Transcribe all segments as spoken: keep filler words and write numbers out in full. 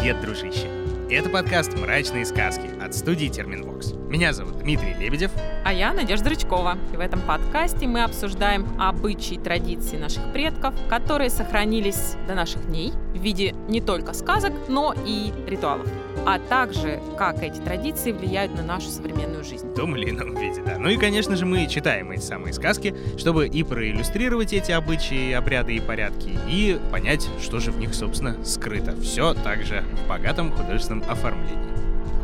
Привет, дружище! Это подкаст «Мрачные сказки» от студии Терминвокс. Меня зовут Дмитрий Лебедев. А я Надежда Рычкова. И в этом подкасте мы обсуждаем обычаи и традиции наших предков, которые сохранились до наших дней в виде не только сказок, но и ритуалов. А также, как эти традиции влияют на нашу современную жизнь. В том или ином виде, да. Ну и, конечно же, мы читаем эти самые сказки, чтобы и проиллюстрировать эти обычаи, обряды и порядки, и понять, что же в них, собственно, скрыто. Все также в богатом художественном оформлении.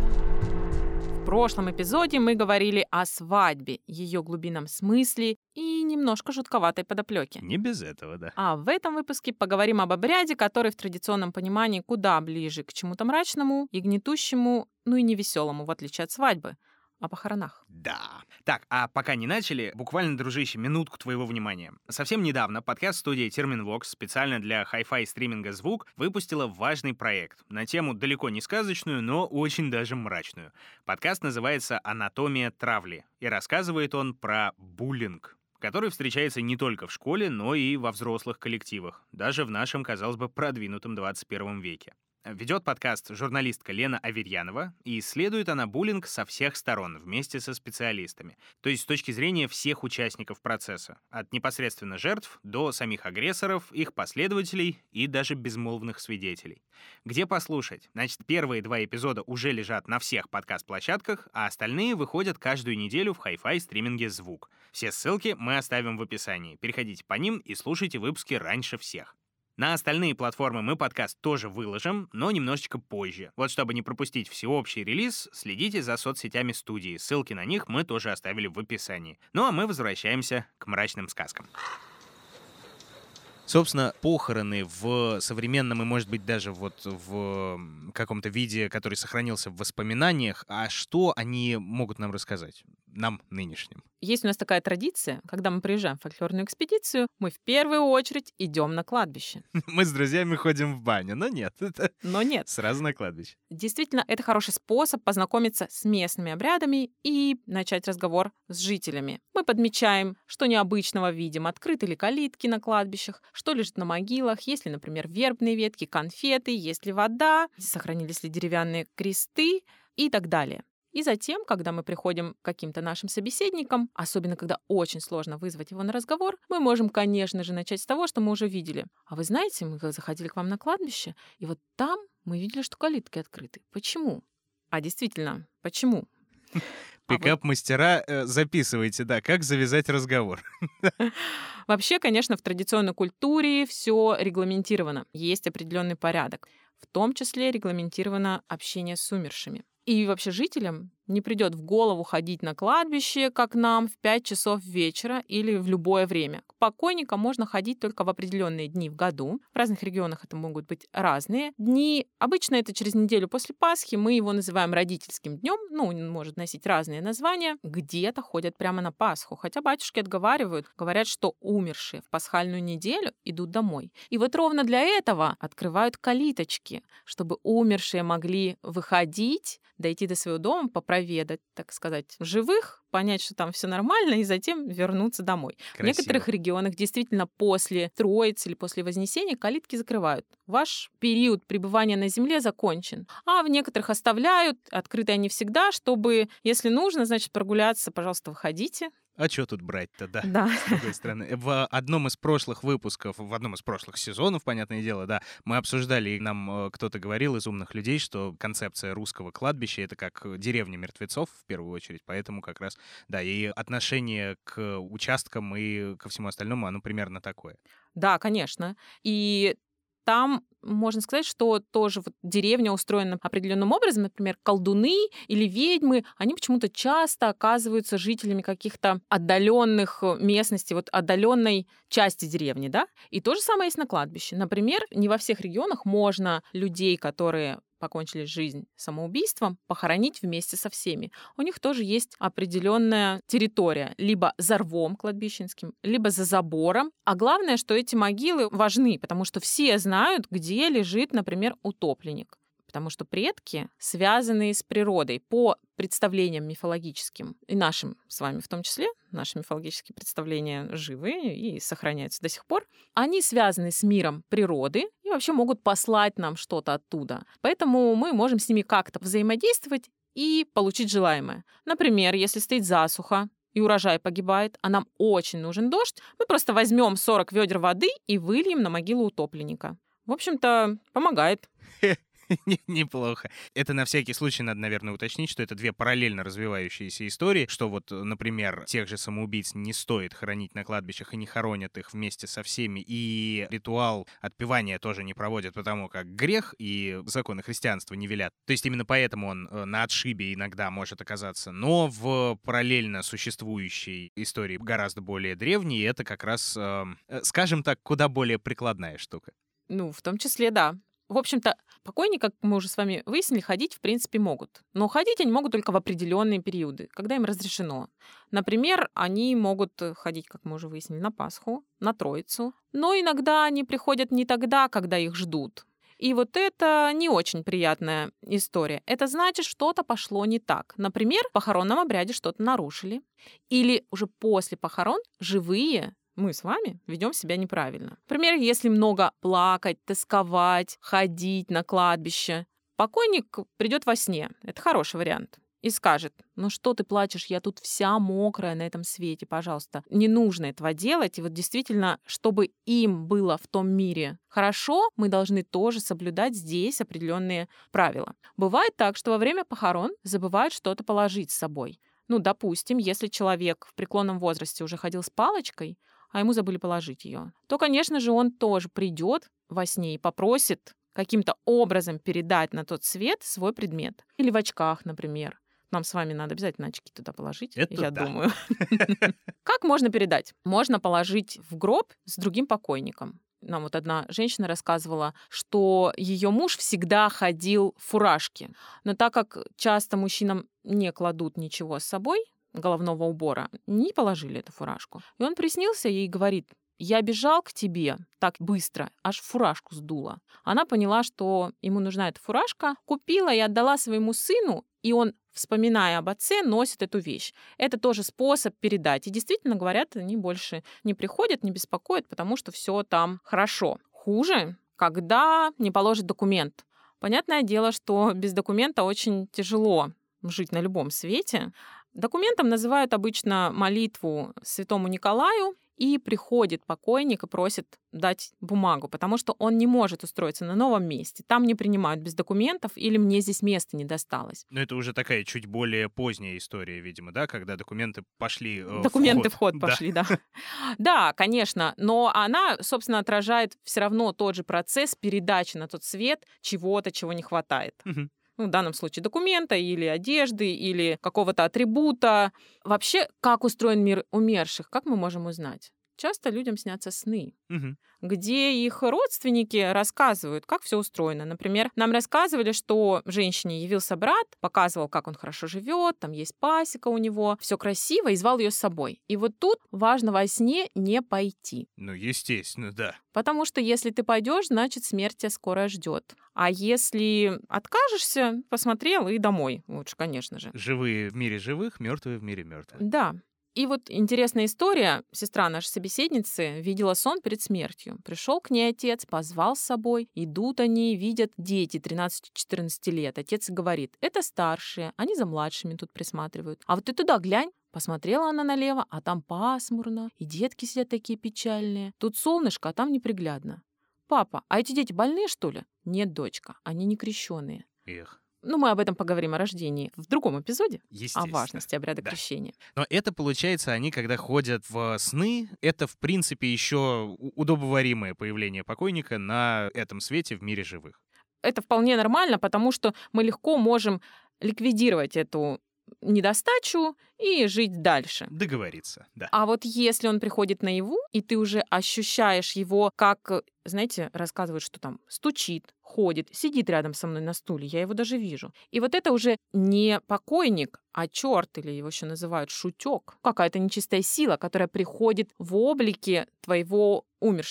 В прошлом эпизоде мы говорили о свадьбе, ее глубинном смысле и немножко жутковатой подоплеке. Не без этого, да. А в этом выпуске поговорим об обряде, который в традиционном понимании куда ближе к чему-то мрачному и гнетущему, ну и невеселому, в отличие от свадьбы. О похоронах. Да. Так, а пока не начали, буквально, дружище, минутку твоего внимания. Совсем недавно подкаст-студия Терминвокс специально для хай-фай стриминга «Звук» выпустила важный проект на тему далеко не сказочную, но очень даже мрачную. Подкаст называется «Анатомия травли», и рассказывает он про буллинг, который встречается не только в школе, но и во взрослых коллективах, даже в нашем, казалось бы, продвинутом двадцать первом веке. Ведет подкаст журналистка Лена Аверьянова, и исследует она буллинг со всех сторон, вместе со специалистами. То есть с точки зрения всех участников процесса, от непосредственно жертв до самих агрессоров, их последователей и даже безмолвных свидетелей. Где послушать? Значит, первые два эпизода уже лежат на всех подкаст-площадках, а остальные выходят каждую неделю в хай-фай стриминге «Звук». Все ссылки мы оставим в описании. Переходите по ним и слушайте выпуски раньше всех. На остальные платформы мы подкаст тоже выложим, но немножечко позже. Вот чтобы не пропустить всеобщий релиз, следите за соцсетями студии. Ссылки на них мы тоже оставили в описании. Ну а мы возвращаемся к мрачным сказкам. Собственно, похороны в современном и, может быть, даже вот в каком-то виде, который сохранился в воспоминаниях, а что они могут нам рассказать? Нам, нынешним. Есть у нас такая традиция, когда мы приезжаем в фольклорную экспедицию, мы в первую очередь идем на кладбище. Мы с друзьями ходим в баню, но нет. Это но нет. Сразу на кладбище. Действительно, это хороший способ познакомиться с местными обрядами и начать разговор с жителями. Мы подмечаем, что необычного видим, открыты ли калитки на кладбищах, что лежит на могилах, есть ли, например, вербные ветки, конфеты, есть ли вода, сохранились ли деревянные кресты и так далее. И затем, когда мы приходим к каким-то нашим собеседникам, особенно когда очень сложно вызвать его на разговор, мы можем, конечно же, начать с того, что мы уже видели. А вы знаете, мы заходили к вам на кладбище, и вот там мы видели, что калитки открыты. Почему? А действительно, почему? Пикап-мастера, э, записывайте, да, как завязать разговор. Вообще, конечно, в традиционной культуре все регламентировано. Есть определенный порядок. В том числе регламентировано общение с умершими. И вообще жителям не придет в голову ходить на кладбище, как нам, в пять часов вечера или в любое время. К покойникам можно ходить только в определенные дни в году. В разных регионах это могут быть разные дни. Обычно это через неделю после Пасхи. Мы его называем родительским днем. Ну, он может носить разные названия. Где-то ходят прямо на Пасху. Хотя батюшки отговаривают, говорят, что умершие в пасхальную неделю идут домой. И вот ровно для этого открывают калиточки, чтобы умершие могли выходить, дойти до своего дома, попроведать, так сказать, живых, понять, что там все нормально, и затем вернуться домой. Красиво. В некоторых регионах действительно после Троицы или после Вознесения калитки закрывают. Ваш период пребывания на земле закончен. А в некоторых оставляют, открыты они всегда, чтобы, если нужно, значит, прогуляться, пожалуйста, выходите. А что тут брать-то, да? Да. С другой стороны. В одном из прошлых выпусков, в одном из прошлых сезонов, понятное дело, да, мы обсуждали, и нам э, кто-то говорил из умных людей, что концепция русского кладбища — это как деревня мертвецов, в первую очередь, поэтому как раз, да, и отношение к участкам и ко всему остальному, оно примерно такое. Да, конечно. И там можно сказать, что тоже вот деревня устроена определенным образом. Например, колдуны или ведьмы, они почему-то часто оказываются жителями каких-то отдаленных местностей, вот отдаленной части деревни, да? И то же самое есть на кладбище. Например, не во всех регионах можно людей, которые покончили жизнь самоубийством, похоронить вместе со всеми. У них тоже есть определенная территория, либо за рвом кладбищенским, либо за забором. А главное, что эти могилы важны, потому что все знают, где лежит, например, утопленник. потому что предки связаны с природой по представлениям мифологическим, и нашим с вами в том числе, наши мифологические представления живы и сохраняются до сих пор. Они связаны с миром природы и вообще могут послать нам что-то оттуда. Поэтому мы можем с ними как-то взаимодействовать и получить желаемое. Например, если стоит засуха, и урожай погибает, а нам очень нужен дождь, мы просто возьмем сорок ведер воды и выльем на могилу утопленника. В общем-то, помогает. Неплохо. Это на всякий случай надо, наверное, уточнить, что это две параллельно развивающиеся истории, что вот, например, тех же самоубийц не стоит хоронить на кладбищах и не хоронят их вместе со всеми, и ритуал отпевания тоже не проводят, потому как грех и законы христианства не велят. То есть именно поэтому он на отшибе иногда может оказаться. Но в параллельно существующей истории гораздо более древней это как раз, э, скажем так, куда более прикладная штука. Ну, в том числе, да. В общем-то, покойники, как мы уже с вами выяснили, ходить в принципе могут. Но ходить они могут только в определенные периоды, когда им разрешено. Например, они могут ходить, как мы уже выяснили, на Пасху, на Троицу. Но иногда они приходят не тогда, когда их ждут. И вот это не очень приятная история. Это значит, что-то пошло не так. Например, в похоронном обряде что-то нарушили. Или уже после похорон живые мы с вами ведем себя неправильно. Например, если много плакать, тосковать, ходить на кладбище, покойник придет во сне. Это хороший вариант. И скажет: ну что ты плачешь, я тут вся мокрая на этом свете, пожалуйста. Не нужно этого делать. И вот действительно, чтобы им было в том мире хорошо, мы должны тоже соблюдать здесь определенные правила. Бывает так, что во время похорон забывают что-то положить с собой. Ну, допустим, если человек в преклонном возрасте уже ходил с палочкой, а ему забыли положить ее, то, конечно же, он тоже придет во сне и попросит каким-то образом передать на тот свет свой предмет. Или в очках, например. Нам с вами надо обязательно очки туда положить, Это я да. думаю. Как можно передать? Можно положить в гроб с другим покойником. Нам вот одна женщина рассказывала, что ее муж всегда ходил в фуражке. Но так как часто мужчинам не кладут ничего с собой, головного убора, не положили эту фуражку. И он приснился ей и говорит: я бежал к тебе так быстро, аж фуражку сдуло. Она поняла, что ему нужна эта фуражка, купила и отдала своему сыну, и он, вспоминая об отце, носит эту вещь. Это тоже способ передать. И действительно, говорят, они больше не приходят, не беспокоят, потому что все там хорошо. Хуже, когда не положит документ. Понятное дело, что без документа очень тяжело жить на любом свете. Документом называют обычно молитву святому Николаю, и приходит покойник и просит дать бумагу, потому что он не может устроиться на новом месте. Там не принимают без документов, или мне здесь места не досталось. Но это уже такая чуть более поздняя история, видимо, да, когда документы пошли э, Документы в в ход ход. пошли, да. Да, конечно, но она, собственно, отражает все равно тот же процесс передачи на тот свет чего-то, чего не хватает. Мгм. Ну, в данном случае документа или одежды, или какого-то атрибута. Вообще, как устроен мир умерших, как мы можем узнать? Часто людям снятся сны, Мгм. где их родственники рассказывают, как все устроено. Например, нам рассказывали, что женщине явился брат, показывал, как он хорошо живет, там есть пасека у него, все красиво, и звал ее с собой. И вот тут важно во сне не пойти. Ну, естественно, да. Потому что если ты пойдешь, значит, смерть тебя скоро ждет. А если откажешься, посмотрел и домой. Лучше, конечно же. Живые в мире живых, мертвые в мире мертвых. Да. И вот интересная история. Сестра нашей собеседницы видела сон перед смертью. Пришел к ней отец, позвал с собой. Идут они, видят дети тринадцати-четырнадцати лет. Отец говорит: это старшие, они за младшими тут присматривают. А вот ты туда глянь. Посмотрела она налево, а там пасмурно, и детки сидят такие печальные. Тут солнышко, а там неприглядно. Папа, а эти дети больные, что ли? Нет, дочка, они не крещеные. Эх. Ну, мы об этом поговорим о рождении в другом эпизоде, о Естественно. важности обряда Да. крещения. Но это, получается, они, когда ходят в сны, это, в принципе, еще удобоваримое появление покойника на этом свете в мире живых. Это вполне нормально, потому что мы легко можем ликвидировать эту недостачу и жить дальше. Договориться, да. А вот если он приходит наяву, и ты уже ощущаешь его, как, знаете, рассказывают, что там стучит, ходит, сидит рядом со мной на стуле, я его даже вижу. И вот это уже не покойник, а черт, или его еще называют шутек, какая-то нечистая сила, которая приходит в облике твоего умершего.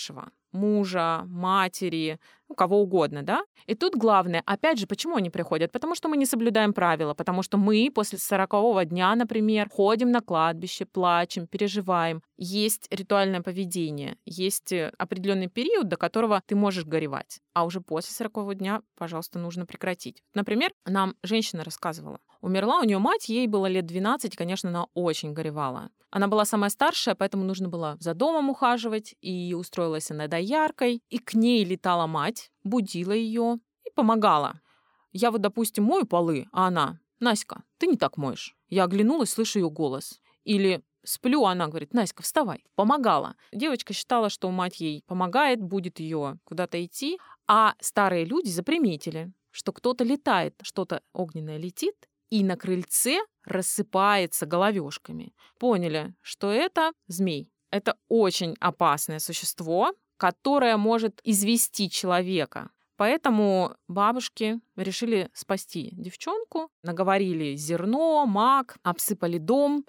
мужа, матери, ну, кого угодно, да? И тут главное, опять же, почему они приходят? Потому что мы не соблюдаем правила, потому что мы после сорокового дня, например, ходим на кладбище, плачем, переживаем. Есть ритуальное поведение, есть определенный период, до которого ты можешь горевать, а уже после сорокового дня, пожалуйста, нужно прекратить. Например, нам женщина рассказывала, умерла у нее мать, ей было лет двенадцать, конечно, она очень горевала. Она была самая старшая, поэтому нужно было за домом ухаживать, и устроилась она дояркой, и к ней летала мать, будила ее и помогала. Я вот, допустим, мою полы, а она: «Наська, ты не так моешь». Я оглянулась, слышу ее голос. Или сплю, а она говорит: «Наська, вставай». Помогала. Девочка считала, что мать ей помогает, будет ее куда-то идти, а старые люди заприметили, что кто-то летает, что-то огненное летит, и на крыльце рассыпается головешками. Поняли, что это змей. Это очень опасное существо, которое может извести человека. Поэтому бабушки решили спасти девчонку, наговорили зерно, мак, обсыпали дом.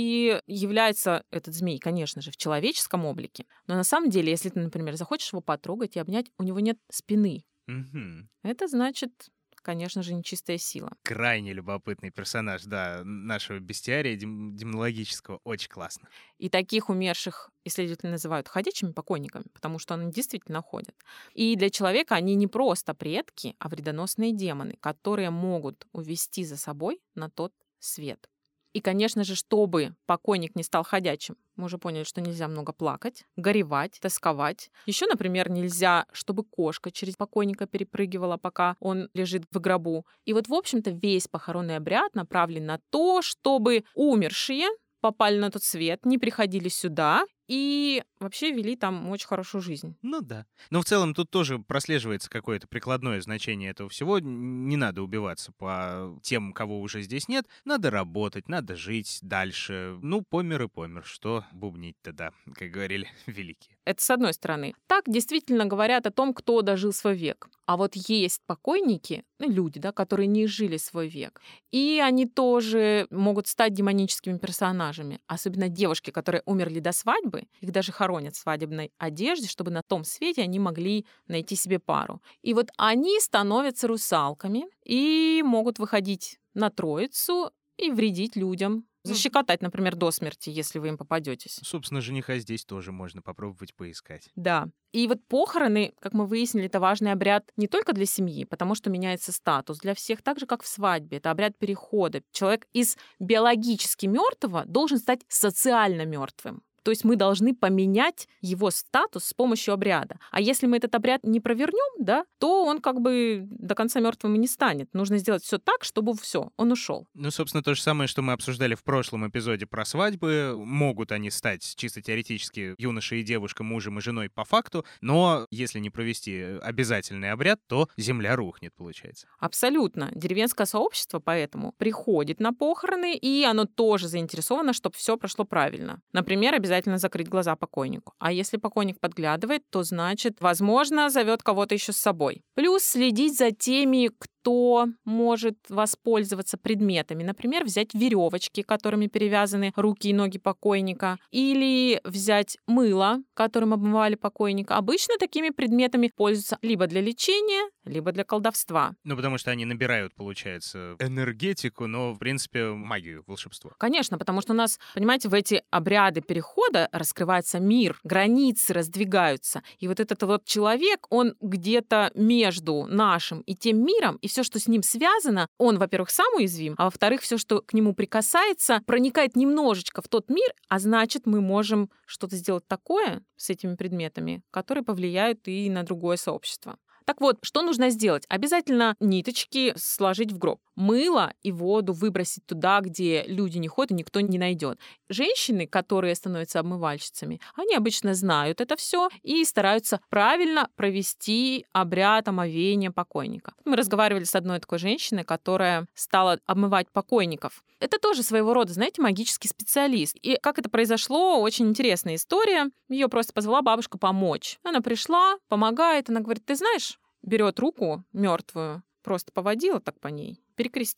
И является этот змей, конечно же, в человеческом облике. Но на самом деле, если ты, например, захочешь его потрогать и обнять, у него нет спины. Мгм. Это значит, конечно же, нечистая сила. Крайне любопытный персонаж, да, нашего бестиария дем- демонологического. Очень классно. И таких умерших исследователи называют ходячими покойниками, потому что они действительно ходят. И для человека они не просто предки, а вредоносные демоны, которые могут увести за собой на тот свет. И, конечно же, чтобы покойник не стал ходячим, мы уже поняли, что нельзя много плакать, горевать, тосковать. Еще, например, нельзя, чтобы кошка через покойника перепрыгивала, пока он лежит в гробу. И вот, в общем-то, весь похоронный обряд направлен на то, чтобы умершие попали на тот свет, не приходили сюда и вообще вели там очень хорошую жизнь. Ну да. Но в целом тут тоже прослеживается какое-то прикладное значение этого всего. Не надо убиваться по тем, кого уже здесь нет. Надо работать, надо жить дальше. Ну, помер и помер. Что бубнить-то, да, как говорили великие. Это с одной стороны. Так действительно говорят о том, кто дожил свой век. А вот есть покойники, ну, люди, да, которые не жили свой век. И они тоже могут стать демоническими персонажами. Особенно девушки, которые умерли до свадьбы. Их даже хоронят в свадебной одежде, чтобы на том свете они могли найти себе пару. И вот они становятся русалками и могут выходить на Троицу и вредить людям. Защекотать, например, до смерти, если вы им попадетесь. Собственно, жениха здесь тоже можно попробовать поискать. Да. И вот похороны, как мы выяснили, это важный обряд не только для семьи, потому что меняется статус для всех, так же, как в свадьбе. Это обряд перехода. Человек из биологически мертвого должен стать социально мертвым. То есть мы должны поменять его статус с помощью обряда. А если мы этот обряд не провернем, да, то он как бы до конца мертвым и не станет. Нужно сделать все так, чтобы все, он ушел. Ну, собственно, то же самое, что мы обсуждали в прошлом эпизоде про свадьбы. Могут они стать чисто теоретически юношей и девушкой, мужем и женой по факту, но если не провести обязательный обряд, то земля рухнет, получается. Абсолютно. Деревенское сообщество поэтому приходит на похороны, и оно тоже заинтересовано, чтобы все прошло правильно. Например, обязательно обязательно закрыть глаза покойнику. А если покойник подглядывает, то значит, возможно, зовет кого-то еще с собой. Плюс следить за теми, кто может воспользоваться предметами. Например, взять веревочки, которыми перевязаны руки и ноги покойника, или взять мыло, которым обмывали покойника. Обычно такими предметами пользуются либо для лечения, либо для колдовства. Ну, потому что они набирают, получается, энергетику, но, в принципе, магию, волшебство. Конечно, потому что у нас, понимаете, в эти обряды перехода раскрывается мир, границы раздвигаются. И вот этот вот человек, он где-то между нашим и тем миром, и все, что с ним связано, он, во-первых, сам уязвим, а во-вторых, все, что к нему прикасается, проникает немножечко в тот мир, а значит, мы можем что-то сделать такое с этими предметами, которые повлияют и на другое сообщество. Так вот, что нужно сделать? Обязательно ниточки сложить в гроб. Мыло и воду выбросить туда, где люди не ходят и никто не найдет. Женщины, которые становятся обмывальщицами, они обычно знают это все и стараются правильно провести обряд омовения покойника. Мы разговаривали с одной такой женщиной, которая стала обмывать покойников. Это тоже своего рода, знаете, магический специалист. И как это произошло, очень интересная история. Ее просто позвала бабушка помочь. Она пришла, помогает, она говорит: ты знаешь, берет руку мертвую, просто поводила так по ней, перекрестила.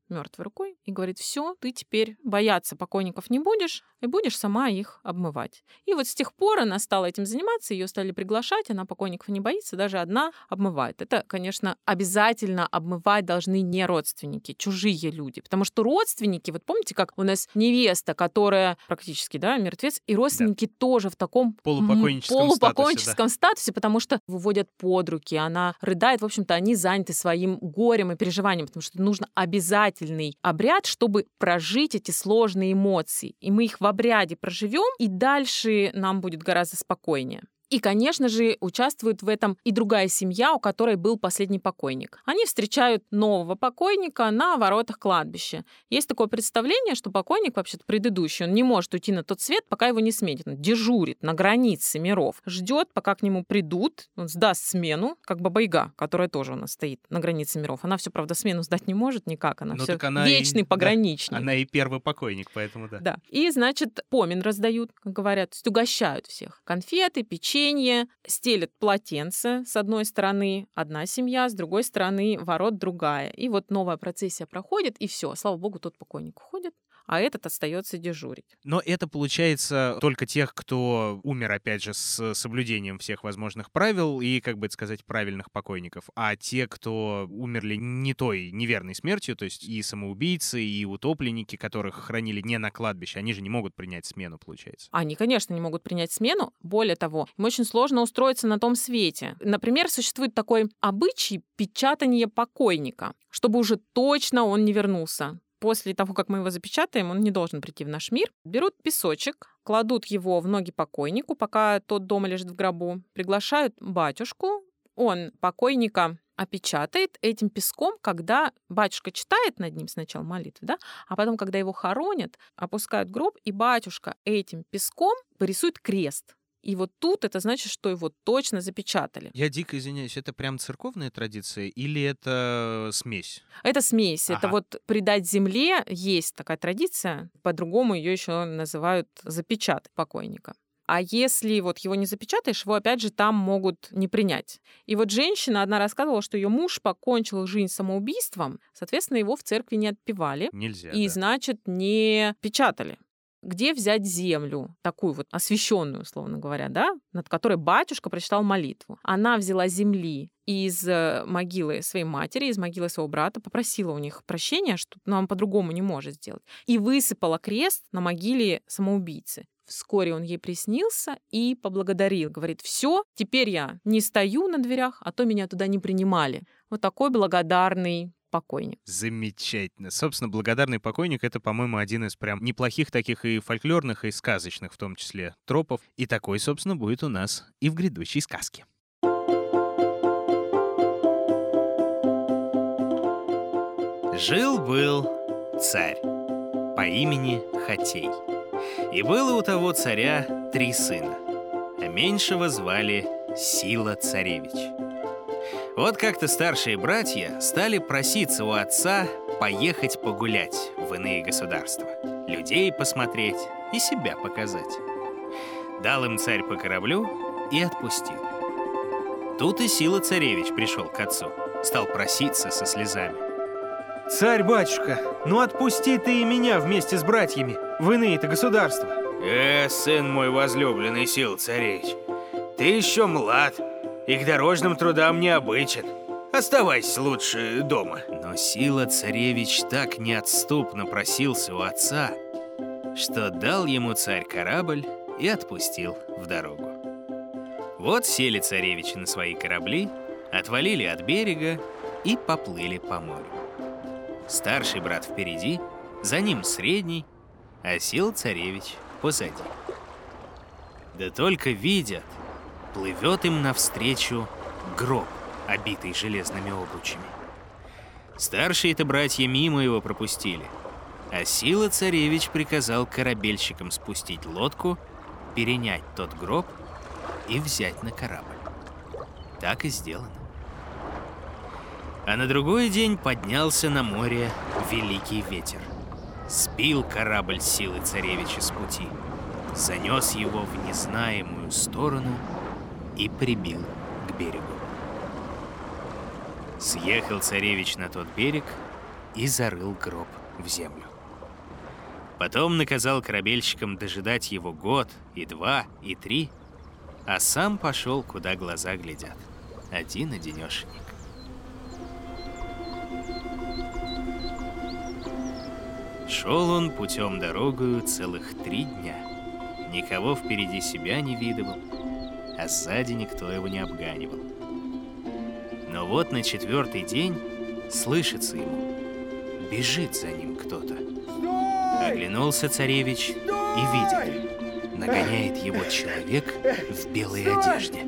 мертвой рукой и говорит: все, ты теперь бояться покойников не будешь, и будешь сама их обмывать. И вот с тех пор она стала этим заниматься, ее стали приглашать, она покойников не боится, даже одна обмывает. Это, конечно, обязательно обмывать должны не родственники, чужие люди, потому что родственники, вот помните, как у нас невеста, которая практически, да, мертвец, и родственники да. тоже в таком полупокойническом, полупокойническом статусе, да. статусе, потому что выводят под руки, она рыдает, в общем-то, они заняты своим горем и переживанием, потому что нужно обязательный обряд, чтобы прожить эти сложные эмоции. И мы их в обряде проживем, и дальше нам будет гораздо спокойнее. И, конечно же, участвует в этом и другая семья, у которой был последний покойник. Они встречают нового покойника на воротах кладбища. Есть такое представление, что покойник, вообще-то предыдущий, он не может уйти на тот свет, пока его не сменит. Он дежурит на границе миров, ждет, пока к нему придут, он сдаст смену, как Баба-Яга, которая тоже у нас стоит на границе миров. Она все, правда, смену сдать не может никак, она все вечный и, пограничник. Да, она и первый покойник, поэтому да. Да. И, значит, помин раздают, как говорят, то есть угощают всех. Конфеты, печенье, стелят полотенце с одной стороны одна семья, с другой стороны ворот другая. И вот новая процессия проходит, и все. Слава богу, тот покойник уходит, а этот остается дежурить. Но это получается только тех, кто умер, опять же, с соблюдением всех возможных правил и, как бы это сказать, правильных покойников. А те, кто умерли не той неверной смертью, то есть и самоубийцы, и утопленники, которых хранили не на кладбище, они же не могут принять смену, получается. Они, конечно, не могут принять смену. Более того, им очень сложно устроиться на том свете. Например, существует такой обычай печатания покойника, чтобы уже точно он не вернулся. После того, как мы его запечатаем, он не должен прийти в наш мир. Берут песочек, кладут его в ноги покойнику, пока тот дома лежит в гробу, приглашают батюшку, он покойника опечатает этим песком, когда батюшка читает над ним сначала молитву, да, а потом, когда его хоронят, опускают гроб, и батюшка этим песком порисует крест. И вот тут это значит, что его точно запечатали. Я дико извиняюсь, это прям церковная традиция или это смесь? Это смесь. Ага. Это вот предать земле есть такая традиция. По-другому ее еще называют запечатать покойника. А если вот его не запечатаешь, его опять же там могут не принять. И вот женщина одна рассказывала, что ее муж покончил жизнь самоубийством, соответственно, его в церкви не отпевали. Нельзя. И, да. значит, не печатали. Где взять землю, такую вот освященную, условно говоря, да, над которой батюшка прочитал молитву? Она взяла земли из могилы своей матери, из могилы своего брата, попросила у них прощения, что нам по-другому не может сделать, и высыпала крест на могиле самоубийцы. Вскоре он ей приснился и поблагодарил. Говорит: все, теперь я не стою на дверях, а то меня туда не принимали. Вот такой благодарный покойник. Замечательно. Собственно, благодарный покойник — это, по-моему, один из прям неплохих таких и фольклорных, и сказочных в том числе тропов. И такой, собственно, будет у нас и в грядущей сказке. Жил-был царь по имени Хатей. И было у того царя три сына, а меньшего звали Сила-царевич. Вот как-то старшие братья стали проситься у отца поехать погулять в иные государства, людей посмотреть и себя показать. Дал им царь по кораблю и отпустил. Тут и Сила-царевич пришел к отцу, стал проситься со слезами. «Царь-батюшка, ну отпусти ты и меня вместе с братьями в иные-то государства!» «Э, сын мой возлюбленный, Сила-царевич, ты еще млад и к дорожным трудам не обычен. Оставайся лучше дома». Но Сила-царевич так неотступно просился у отца, что дал ему царь корабль и отпустил в дорогу. Вот сели царевичи на свои корабли, отвалили от берега и поплыли по морю. Старший брат впереди, за ним средний, а Сила-царевич позади. Да только видят, плывет им навстречу гроб, обитый железными обручами. Старшие-то братья мимо его пропустили, а Сила-царевич приказал корабельщикам спустить лодку, перенять тот гроб и взять на корабль. Так и сделано. А на другой день поднялся на море великий ветер. Сбил корабль Силы-царевича с пути, занес его в незнаемую сторону и прибил к берегу. Съехал царевич на тот берег и зарыл гроб в землю. Потом наказал корабельщикам дожидать его год, и два, и три, а сам пошел, куда глаза глядят. Один-одинешенек. Шел он путем дорогою целых три дня. Никого впереди себя не видывал, а сзади никто его не обганивал. Но вот на четвертый день слышится ему, бежит за ним кто-то. Оглянулся царевич и видит, нагоняет его человек в белой одежде.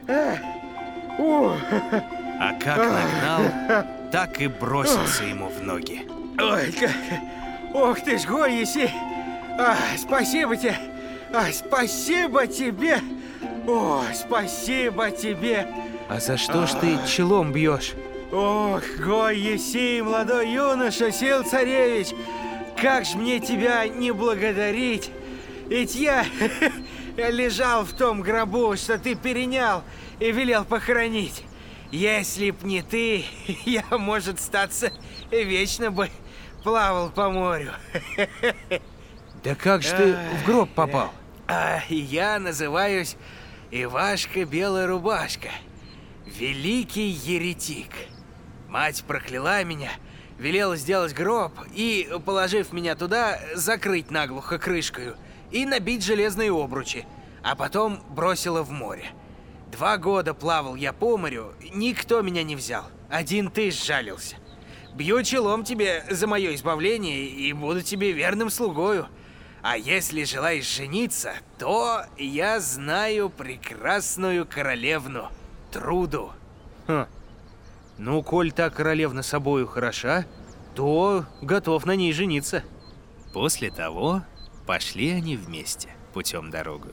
А как нагнал, так и бросился ему в ноги. Ой, как... Ох ты ж, гой еси! А, спасибо тебе! А, спасибо тебе! О, спасибо тебе! А за что ж ты челом бьешь? Ох, гой еси, молодой юноша, сил царевич! Как ж мне тебя не благодарить? Ведь я лежал в том гробу, что ты перенял и велел похоронить. Если б не ты, я, может, статься, вечно бы плавал по морю. Да как же ты в гроб попал? А, я называюсь Ивашка Белая Рубашка, великий еретик. Мать прокляла меня, велела сделать гроб и, положив меня туда, закрыть наглухо крышкою и набить железные обручи, а потом бросила в море. Два года плавал я по морю, никто меня не взял, один ты сжалился. Бью челом тебе за мое избавление и буду тебе верным слугою. А если желаешь жениться, то я знаю прекрасную королевну Труду. Хм. Ну, коль та королевна собою хороша, то готов на ней жениться. После того пошли они вместе путем дорогою.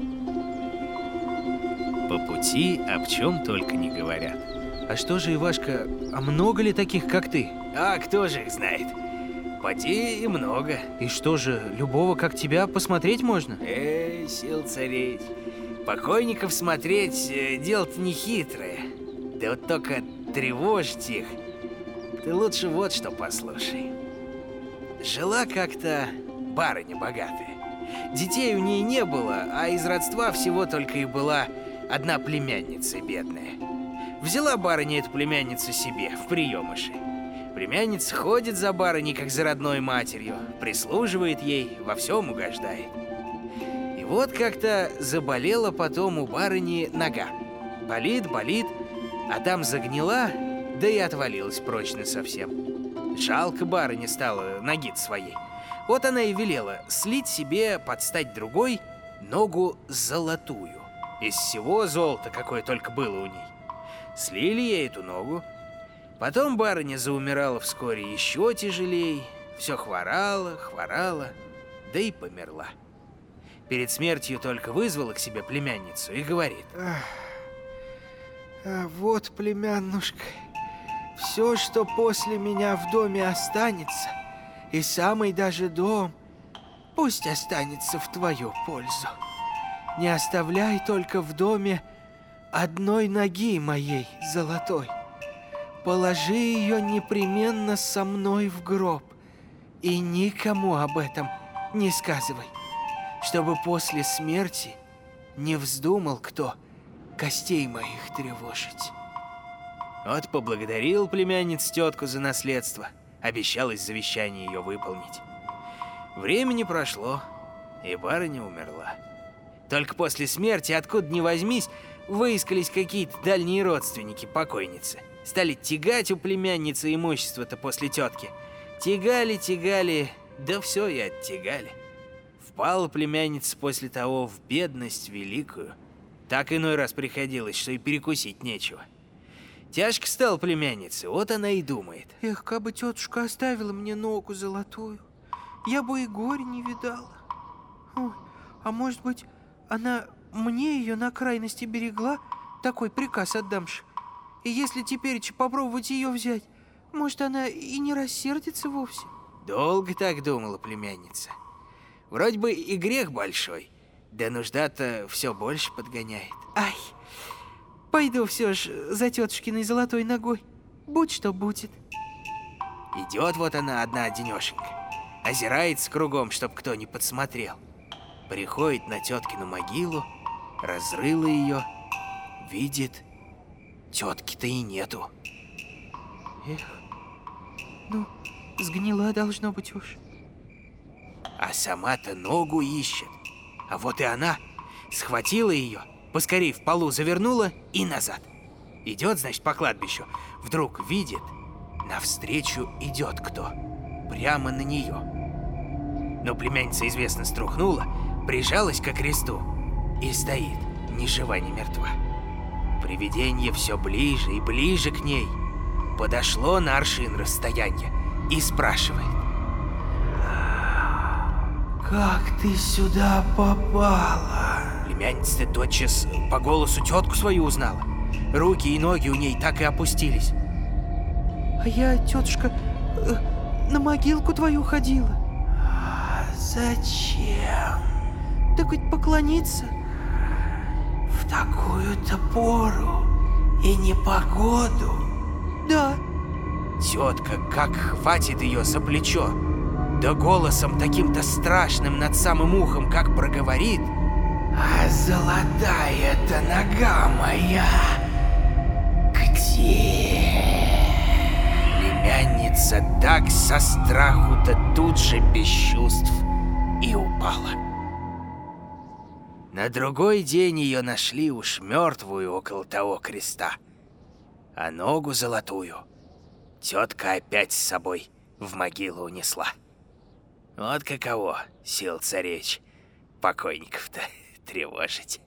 По пути об чем только не говорят. А что же, Ивашка, а много ли таких, как ты? А кто же их знает? Поди и много. И что же, любого, как тебя, посмотреть можно? Эй, сил царевич, покойников смотреть э, дело-то нехитрое. Да вот только тревожить их. Ты лучше вот что послушай. Жила как-то барыня богатая. Детей у ней не было, а из родства всего только и была одна племянница бедная. Взяла барыня эту племянницу себе в приемыши. Племянница ходит за барыней, как за родной матерью, прислуживает ей, во всем угождает. И вот как-то заболела потом у барыни нога. Болит, болит, а там загнила, да и отвалилась прочно совсем. Жалко барыне стало ноги своей. Вот она и велела слить себе, подстать другой, ногу золотую. Из всего золота, какое только было у ней. Слили ей эту ногу. Потом барыня заумирала вскоре еще тяжелей. Все хворала, хворала, да и померла. Перед смертью только вызвала к себе племянницу и говорит: Ах, а вот, племяннушка, все, что после меня в доме останется, и самый даже дом, пусть останется в твою пользу. Не оставляй только в доме одной ноги моей золотой. Положи ее непременно со мной в гроб и никому об этом не сказывай, чтобы после смерти не вздумал кто костей моих тревожить. Вот поблагодарил племянниц тетку за наследство, обещал из завещания ее выполнить. Времени прошло, и барыня умерла. Только после смерти, откуда ни возьмись, выискались какие-то дальние родственники покойницы. Стали тягать у племянницы имущество-то после тетки. Тягали, тягали, да все и оттягали. Впала племянница после того в бедность великую. Так иной раз приходилось, что и перекусить нечего. Тяжко стала племяннице, вот она и думает. Эх, кабы тетушка оставила мне ногу золотую, я бы и горе не видала. Ой, а может быть, она мне ее на крайности берегла, такой приказ отдамши. И если теперь попробовать ее взять, может, она и не рассердится вовсе. Долго так думала племянница. Вроде бы и грех большой, да нужда-то все больше подгоняет. Ай, пойду все ж за тетушкиной золотой ногой, будь что будет. Идет вот она одна-одинешенька, озирается кругом, чтоб кто не подсмотрел. Приходит на теткину могилу, разрыла ее, видит, тетки-то и нету. Эх, ну, сгнила должно быть уж. А сама-то ногу ищет. А вот и она схватила ее, поскорей в полу завернула и назад. Идет, значит, по кладбищу. Вдруг видит, навстречу идет кто. Прямо на нее. Но племянница, известно, струхнула, прижалась ко кресту и стоит, ни жива, ни мертва. Привидение все ближе и ближе к ней. Подошло на аршин расстояния и спрашивает: «Как ты сюда попала?» Племянница тотчас по голосу тетку свою узнала. Руки и ноги у ней так и опустились. А я, тетушка, э, на могилку твою ходила. А зачем? Так ведь поклониться в такую-то пору и непогоду. Да. Тетка как хватит ее за плечо, да голосом таким-то страшным над самым ухом, как проговорит: «А золотая-то нога моя где?» Племянница так со страху-то тут же без чувств и упала. На другой день ее нашли уж мертвую около того креста, а ногу золотую тетка опять с собой в могилу унесла. Вот каково, Сила-Царевич, покойников-то тревожить.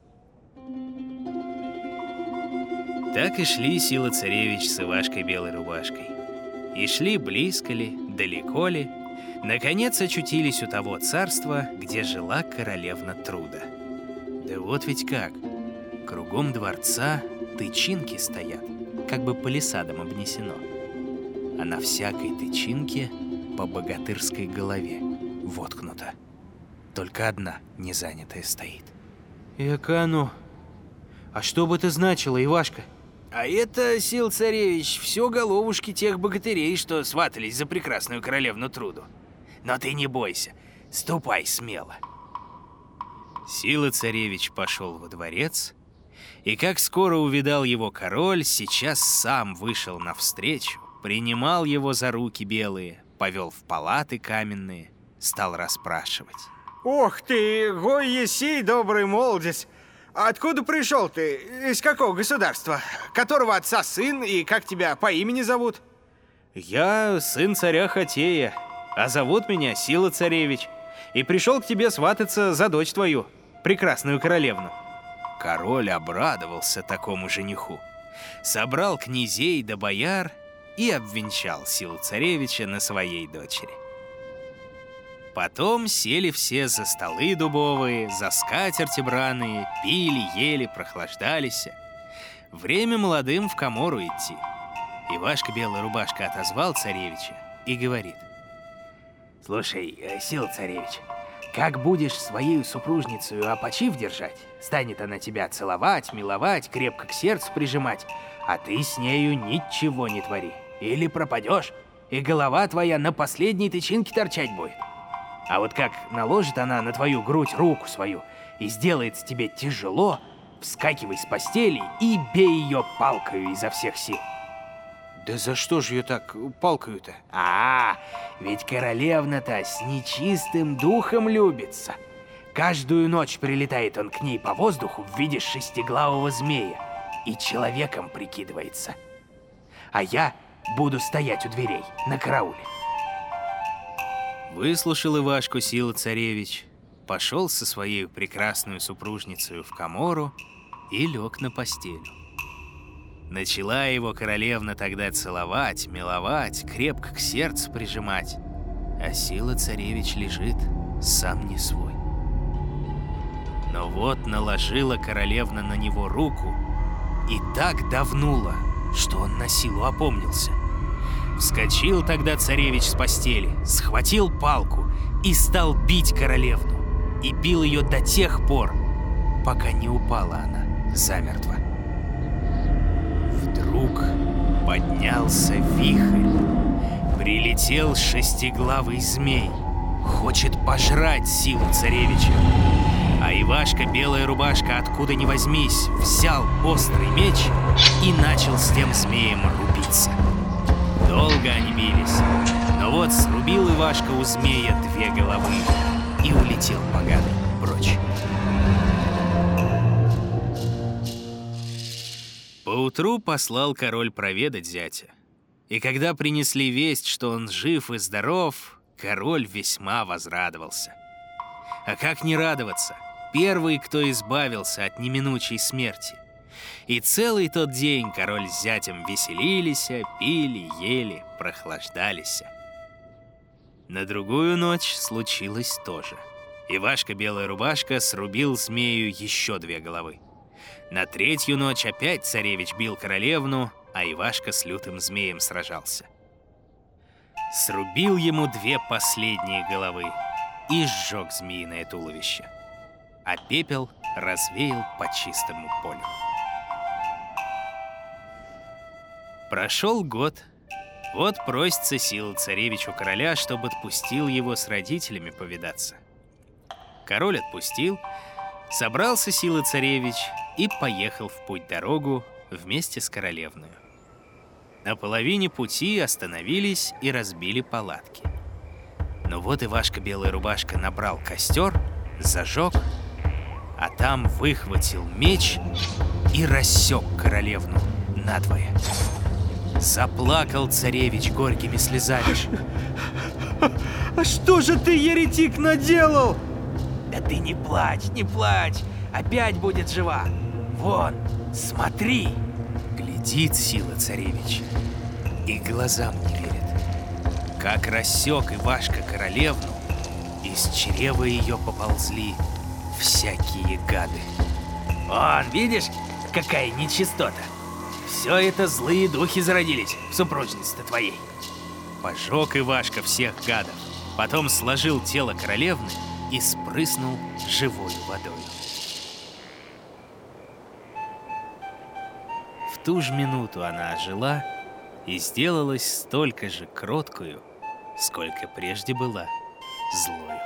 Так и шли Сила-Царевич с Ивашкой Белой Рубашкой. И шли близко ли, далеко ли, наконец очутились у того царства, где жила королевна Труда. Да вот ведь как, кругом дворца тычинки стоят, как бы палисадом обнесено. А на всякой тычинке по богатырской голове воткнута. Только одна незанятая стоит. Эка оно. А что бы это значило, Ивашка? А это, Сил-Царевич, все головушки тех богатырей, что сватались за прекрасную королевну Труду. Но ты не бойся, ступай смело. Сила-Царевич пошел во дворец, и как скоро увидал его король, сейчас сам вышел навстречу, принимал его за руки белые, повел в палаты каменные, стал расспрашивать. Ох ты, гой есей, добрый молодец! Откуда пришел ты? Из какого государства? Которого отца сын и как тебя по имени зовут? Я сын царя Хатея, а зовут меня Сила-Царевич, и пришел к тебе свататься за дочь твою, прекрасную королевну. Король обрадовался такому жениху, собрал князей да бояр и обвенчал Силу-Царевича на своей дочери. Потом сели все за столы дубовые, за скатерти браные, пили, ели, прохлаждались. Время молодым в камору идти. Ивашка Белая Рубашка отозвал царевича и говорит: «Слушай, Сила-Царевич, как будешь своей супружницей опочив держать, станет она тебя целовать, миловать, крепко к сердцу прижимать, а ты с нею ничего не твори. Или пропадешь, и голова твоя на последней тычинке торчать будет. А вот как наложит она на твою грудь руку свою и сделается тебе тяжело, вскакивай с постели и бей ее палкою изо всех сил». Да за что же ее так палкою-то? А, ведь королевна-то с нечистым духом любится. Каждую ночь прилетает он к ней по воздуху в виде шестиглавого змея и человеком прикидывается. А я буду стоять у дверей на карауле. Выслушал Ивашку Сила-Царевич, пошел со своей прекрасной супружницей в камору и лег на постель. Начала его королевна тогда целовать, миловать, крепко к сердцу прижимать, а Сила-Царевич лежит сам не свой. Но вот наложила королевна на него руку и так давнула, что он на силу опомнился. Вскочил тогда царевич с постели, схватил палку и стал бить королевну. И бил ее до тех пор, пока не упала она замертво. Вдруг поднялся вихрь, Прилетел шестиглавый змей. Хочет пожрать силу царевича. А Ивашка, белая рубашка, откуда ни возьмись, взял острый меч и начал с тем змеем рубиться. Долго они бились, но вот срубил Ивашка у змея две головы и улетел поганый прочь. Поутру послал король проведать зятя. И когда принесли весть, что он жив и здоров, король весьма возрадовался. А как не радоваться? Первый, кто избавился от неминучей смерти. И целый тот день король с зятем веселились, пили, ели, прохлаждались. На другую ночь случилось то же. Ивашка, белая рубашка, срубил змею еще две головы. На третью ночь опять царевич бил королевну, а Ивашка с лютым змеем сражался. Срубил ему две последние головы и сжег змеиное туловище, а пепел развеял по чистому полю. Прошел год. Вот просится сила царевичу короля, чтобы отпустил его с родителями повидаться. Король отпустил, собрался сила царевич и поехал в путь-дорогу вместе с королевною. На половине пути остановились и разбили палатки. Но вот Ивашка, белая рубашка, набрал костер, зажег, а там выхватил меч и рассек королевну надвое. Заплакал царевич горькими слезами. А что же ты, еретик, наделал? Да ты не плачь, не плачь, опять будет жива. Вон, смотри. Глядит сила царевич и глазам не верит. Как рассек Ивашка королевну, из чрева ее поползли всякие гады. Вон, видишь, какая нечистота. Все это злые духи зародились в супружнице твоей. Пожег Ивашка всех гадов, потом сложил тело королевны и спрыснул живой водой. В ту же минуту она ожила и сделалась столько же кроткую, сколько прежде была злою.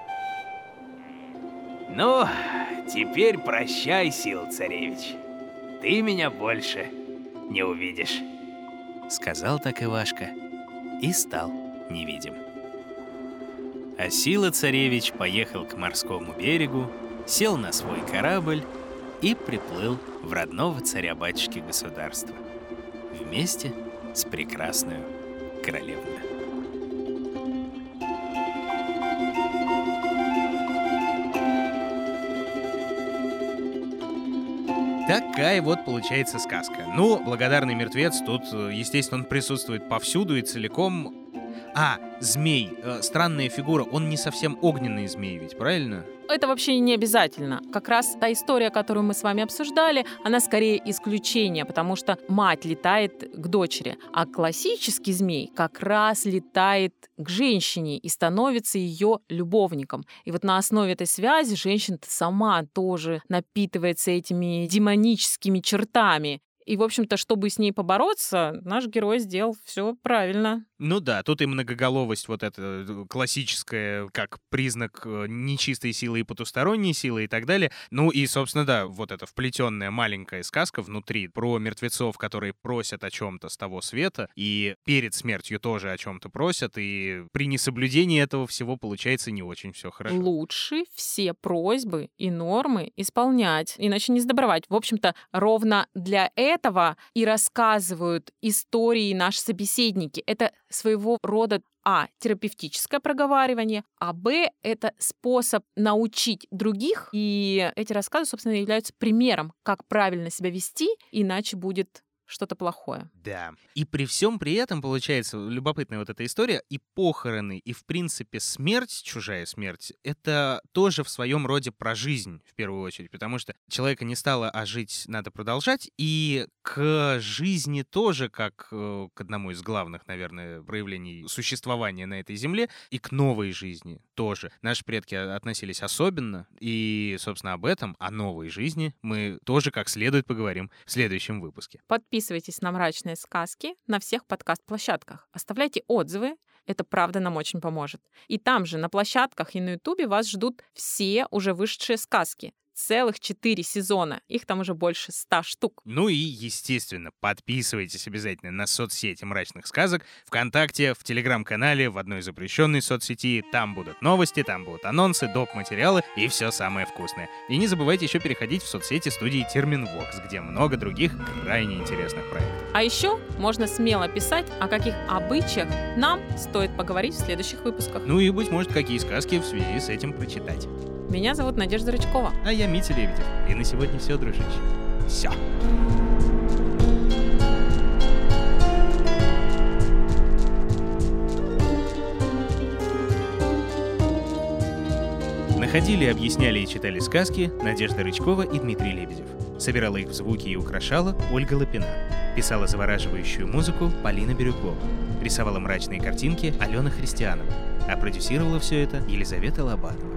Ну, теперь прощай, сила царевич. Ты меня больше не увидишь. Сказал так Ивашка и стал невидим. А сила царевич поехал к морскому берегу, сел на свой корабль и приплыл в родного царя-батюшки государства вместе с прекрасной королевной. Такая вот получается сказка. Ну, благодарный мертвец тут, естественно, он присутствует повсюду и целиком. А, змей, э, странная фигура, он не совсем огненный змей ведь, правильно? Это вообще не обязательно. Как раз та история, которую мы с вами обсуждали, она скорее исключение, потому что мать летает к дочери, а классический змей как раз летает к женщине и становится ее любовником. И вот на основе этой связи женщина сама тоже напитывается этими демоническими чертами. И, в общем-то, чтобы с ней побороться, наш герой сделал все правильно. Ну да, тут и многоголовость вот эта классическая, как признак нечистой силы и потусторонней силы и так далее. Ну и, собственно, да, вот эта вплетенная маленькая сказка внутри про мертвецов, которые просят о чем-то с того света, и перед смертью тоже о чем-то просят, и при несоблюдении этого всего получается не очень все хорошо. Лучше все просьбы и нормы исполнять, иначе не сдобровать. В общем-то, ровно для этого этого и рассказывают истории наши собеседники. Это своего рода а. терапевтическое проговаривание, а б. это способ научить других, и эти рассказы, собственно, являются примером, как правильно себя вести, иначе будет что-то плохое. Да. И при всем при этом, получается, любопытная вот эта история, и похороны, и, в принципе, смерть, чужая смерть, это тоже в своем роде про жизнь, в первую очередь, потому что человека не стало, а жить надо продолжать, и к жизни тоже, как э, к одному из главных, наверное, проявлений существования на этой земле, и к новой жизни тоже. Наши предки относились особенно, и, собственно, об этом, о новой жизни, мы тоже как следует поговорим в следующем выпуске. Подписывайтесь Подписывайтесь на «Мрачные сказки» на всех подкаст-площадках. Оставляйте отзывы. Это правда нам очень поможет. И там же, на площадках и на Ютубе вас ждут все уже вышедшие сказки. Целых четыре сезона. Их там уже больше ста штук. Ну и, естественно, подписывайтесь обязательно на соцсети «Мрачных сказок», ВКонтакте, в Телеграм-канале, в одной запрещенной соцсети. Там будут новости, там будут анонсы, доп-материалы и все самое вкусное. И не забывайте еще переходить в соцсети студии Терминвокс, где много других крайне интересных проектов. А еще можно смело писать, о каких обычаях нам стоит поговорить в следующих выпусках. Ну и, быть может, какие сказки в связи с этим прочитать. Меня зовут Надежда Рычкова. А я Митя Лебедев. И на сегодня все, дружище. Все. Находили, объясняли и читали сказки Надежда Рычкова и Дмитрий Лебедев. Собирала их в звуки и украшала Ольга Лапина. Писала завораживающую музыку Полина Бирюкова. Рисовала мрачные картинки Алена Христианова. А продюсировала все это Елизавета Лобанова.